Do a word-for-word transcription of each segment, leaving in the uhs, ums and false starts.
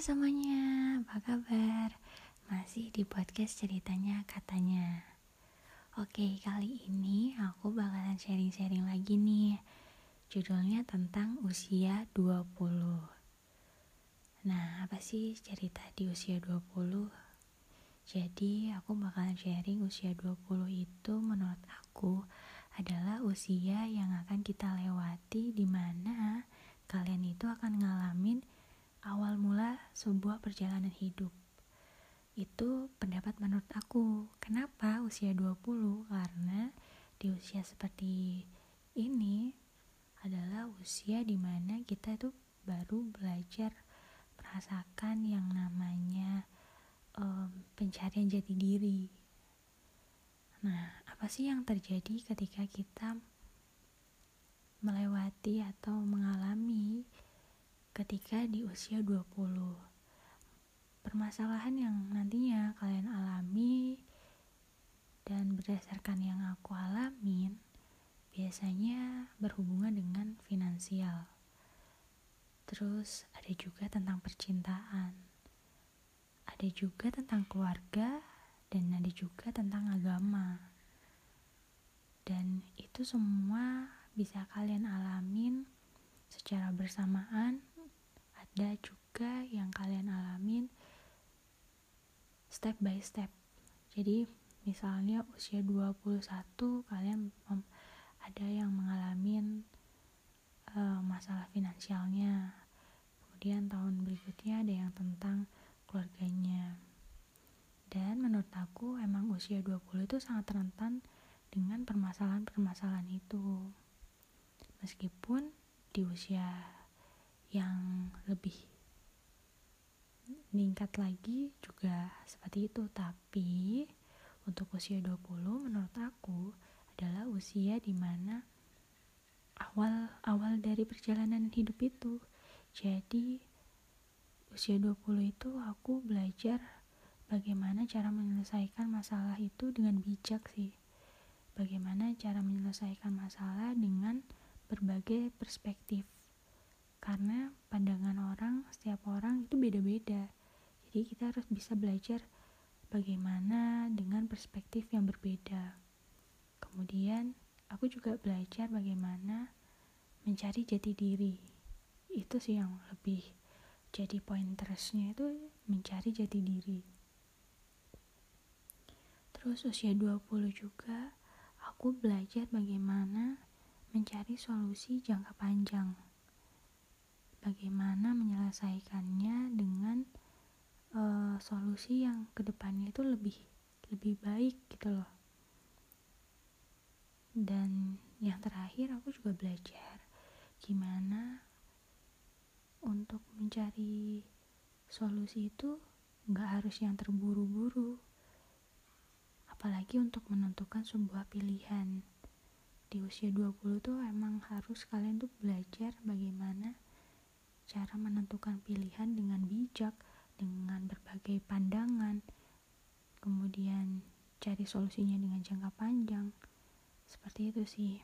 semuanya, apa kabar? Masih di podcast ceritanya katanya. Oke, kali ini aku bakalan sharing-sharing lagi nih. Judulnya tentang usia dua puluh. Nah, apa sih cerita di usia dua puluh? Jadi, aku bakalan sharing usia dua puluh itu menurut aku adalah usia yang akan kita lewati di mana kalian itu akan ngalamin awal mula sebuah perjalanan hidup. Itu pendapat menurut aku. Kenapa usia dua puluh? Karena di usia seperti ini adalah usia dimana kita itu baru belajar merasakan yang namanya um, pencarian jati diri. Nah, apa sih yang terjadi ketika kita melewati atau mengalami ketika di usia dua puluh? Permasalahan yang nantinya kalian alami dan berdasarkan yang aku alamin biasanya berhubungan dengan finansial. Terus ada juga tentang percintaan, ada juga tentang keluarga, dan ada juga tentang agama. Dan itu semua bisa kalian alamin secara bersamaan. Ada juga yang kalian alamin step by step. Jadi misalnya usia dua puluh satu kalian mem- ada yang mengalami uh, masalah finansialnya. Kemudian tahun berikutnya ada yang tentang keluarganya. Dan menurut aku emang usia dua puluh itu sangat rentan dengan permasalahan-permasalahan itu. Meskipun di usia yang lebih meningkat lagi juga seperti itu, tapi untuk usia dua puluh menurut aku adalah usia dimana awal awal dari perjalanan hidup itu. Jadi usia dua puluh itu aku belajar bagaimana cara menyelesaikan masalah itu dengan bijak sih. Bagaimana cara menyelesaikan masalah dengan berbagai perspektif. Karena pandangan orang, setiap orang itu beda-beda. Jadi kita harus bisa belajar bagaimana dengan perspektif yang berbeda. Kemudian aku juga belajar bagaimana mencari jati diri. Itu sih yang lebih jadi poin terusnya itu mencari jati diri. Terus usia dua puluh juga aku belajar bagaimana mencari solusi jangka panjang. Bagaimana menyelesaikannya dengan uh, solusi yang kedepannya itu lebih lebih baik gitu loh. Dan yang terakhir aku juga belajar gimana untuk mencari solusi itu gak harus yang terburu-buru, apalagi untuk menentukan sebuah pilihan. Di usia dua puluh tuh emang harus kalian tuh belajar bagaimana cara menentukan pilihan dengan bijak, dengan berbagai pandangan, kemudian cari solusinya dengan jangka panjang. Seperti itu sih.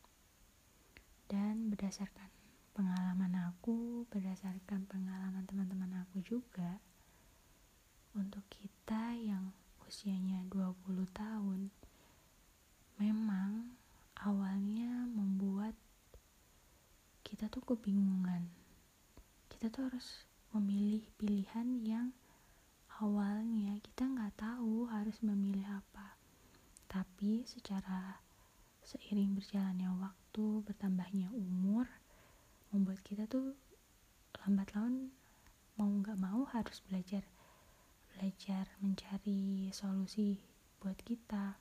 Dan berdasarkan pengalaman aku, berdasarkan pengalaman teman-teman aku juga, untuk kita yang usianya dua puluh tahun, memang awalnya membuat kita tuh kebingungan. Kita tuh harus memilih pilihan yang awalnya kita gak tahu harus memilih apa. Tapi secara seiring berjalannya waktu, bertambahnya umur, membuat kita tuh lambat laun mau gak mau harus belajar belajar mencari solusi buat kita.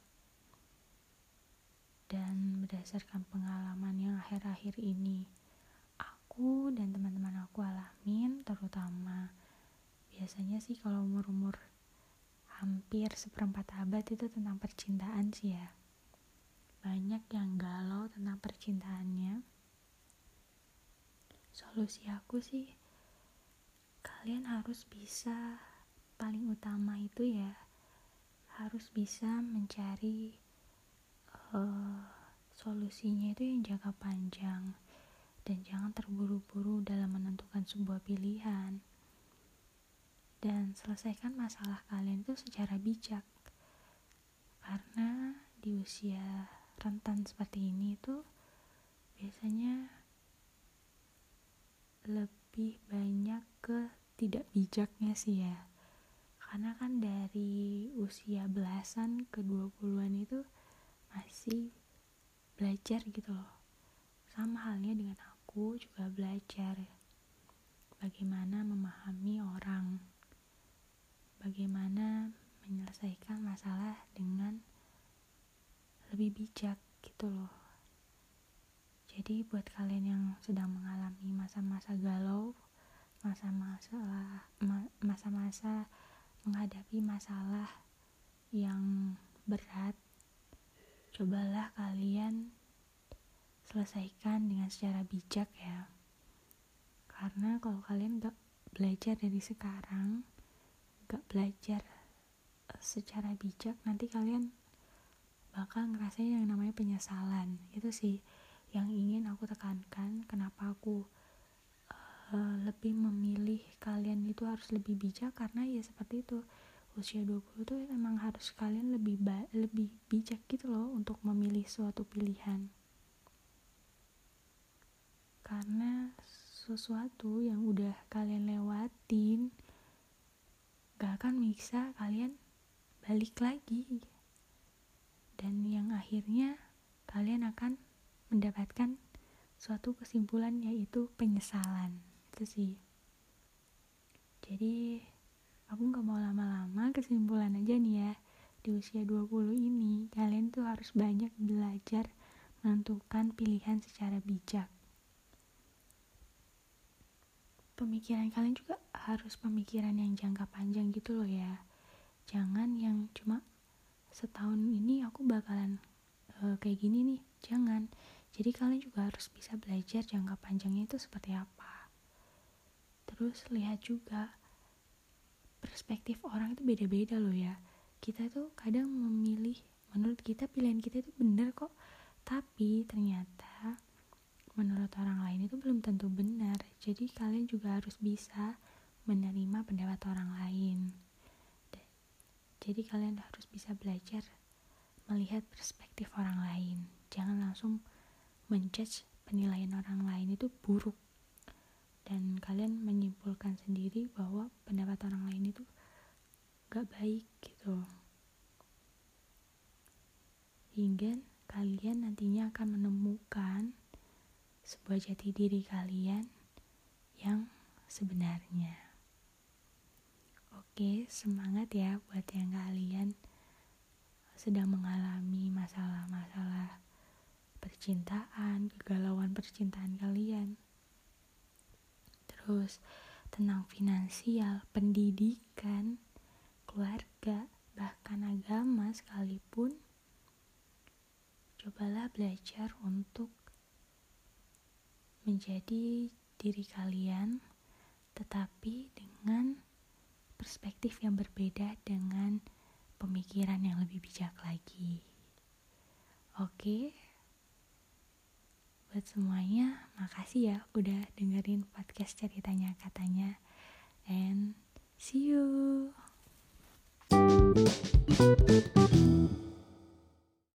Dan berdasarkan pengalaman yang akhir-akhir ini aku dan teman-teman aku alamin, terutama biasanya sih kalau umur-umur hampir seperempat abad itu tentang percintaan sih ya. Banyak yang galau tentang percintaannya. Solusi aku sih, kalian harus bisa, paling utama itu ya, harus bisa mencari uh, solusinya itu yang jangka panjang. Dan jangan terburu-buru dalam menentukan sebuah pilihan. dan selesaikan masalah kalian itu secara bijak. Karena di usia rentan seperti ini tuh biasanya lebih banyak ke tidak bijaknya sih ya. Karena kan dari usia belasan ke dua puluhan itu masih belajar gitu loh. Sama halnya dengan aku juga belajar bagaimana memahami orang, bagaimana menyelesaikan masalah dengan lebih bijak gitu loh. Jadi buat kalian yang sedang mengalami masa-masa galau, masa-masa masa-masa menghadapi masalah yang berat, cobalah kalian selesaikan dengan secara bijak ya. Karena kalau kalian gak belajar dari sekarang, gak belajar secara bijak, nanti kalian bakal ngerasain yang namanya penyesalan. Itu sih yang ingin aku tekankan, kenapa aku uh, lebih memilih kalian itu harus lebih bijak. Karena ya seperti itu, usia dua puluh tuh emang harus kalian lebih ba- lebih bijak gitu loh untuk memilih suatu pilihan. Karena sesuatu yang udah kalian lewatin gak akan bisa kalian balik lagi, dan yang akhirnya kalian akan mendapatkan suatu kesimpulan, yaitu penyesalan. Itu sih. Jadi aku gak mau lama-lama, kesimpulan aja nih ya, di usia dua puluh ini kalian tuh harus banyak belajar menentukan pilihan secara bijak. Pemikiran kalian juga harus pemikiran yang jangka panjang gitu loh ya. Jangan yang cuma setahun ini aku bakalan e, kayak gini nih, jangan. Jadi kalian juga harus bisa belajar jangka panjangnya itu seperti apa. Terus lihat juga perspektif orang itu beda-beda loh ya. Kita tuh kadang memilih, menurut kita pilihan kita itu benar kok, tapi ternyata menurut orang lain itu belum tentu benar. Jadi kalian juga harus bisa menerima pendapat orang lain. Jadi kalian harus bisa belajar melihat perspektif orang lain. Jangan langsung menjudge penilaian orang lain itu buruk, dan kalian menyimpulkan sendiri bahwa pendapat orang lain itu gak baik gitu. Hingga kalian nantinya akan menemukan sebuah jati diri kalian yang sebenarnya. Oke, semangat ya buat yang kalian sedang mengalami masalah-masalah percintaan, kegalauan percintaan kalian. Terus tentang finansial, pendidikan, keluarga, bahkan agama sekalipun, cobalah belajar untuk menjadi diri kalian, tetapi dengan perspektif yang berbeda, dengan pemikiran yang lebih bijak lagi. Oke, buat semuanya, makasih ya udah dengerin podcast ceritanya katanya, and see you.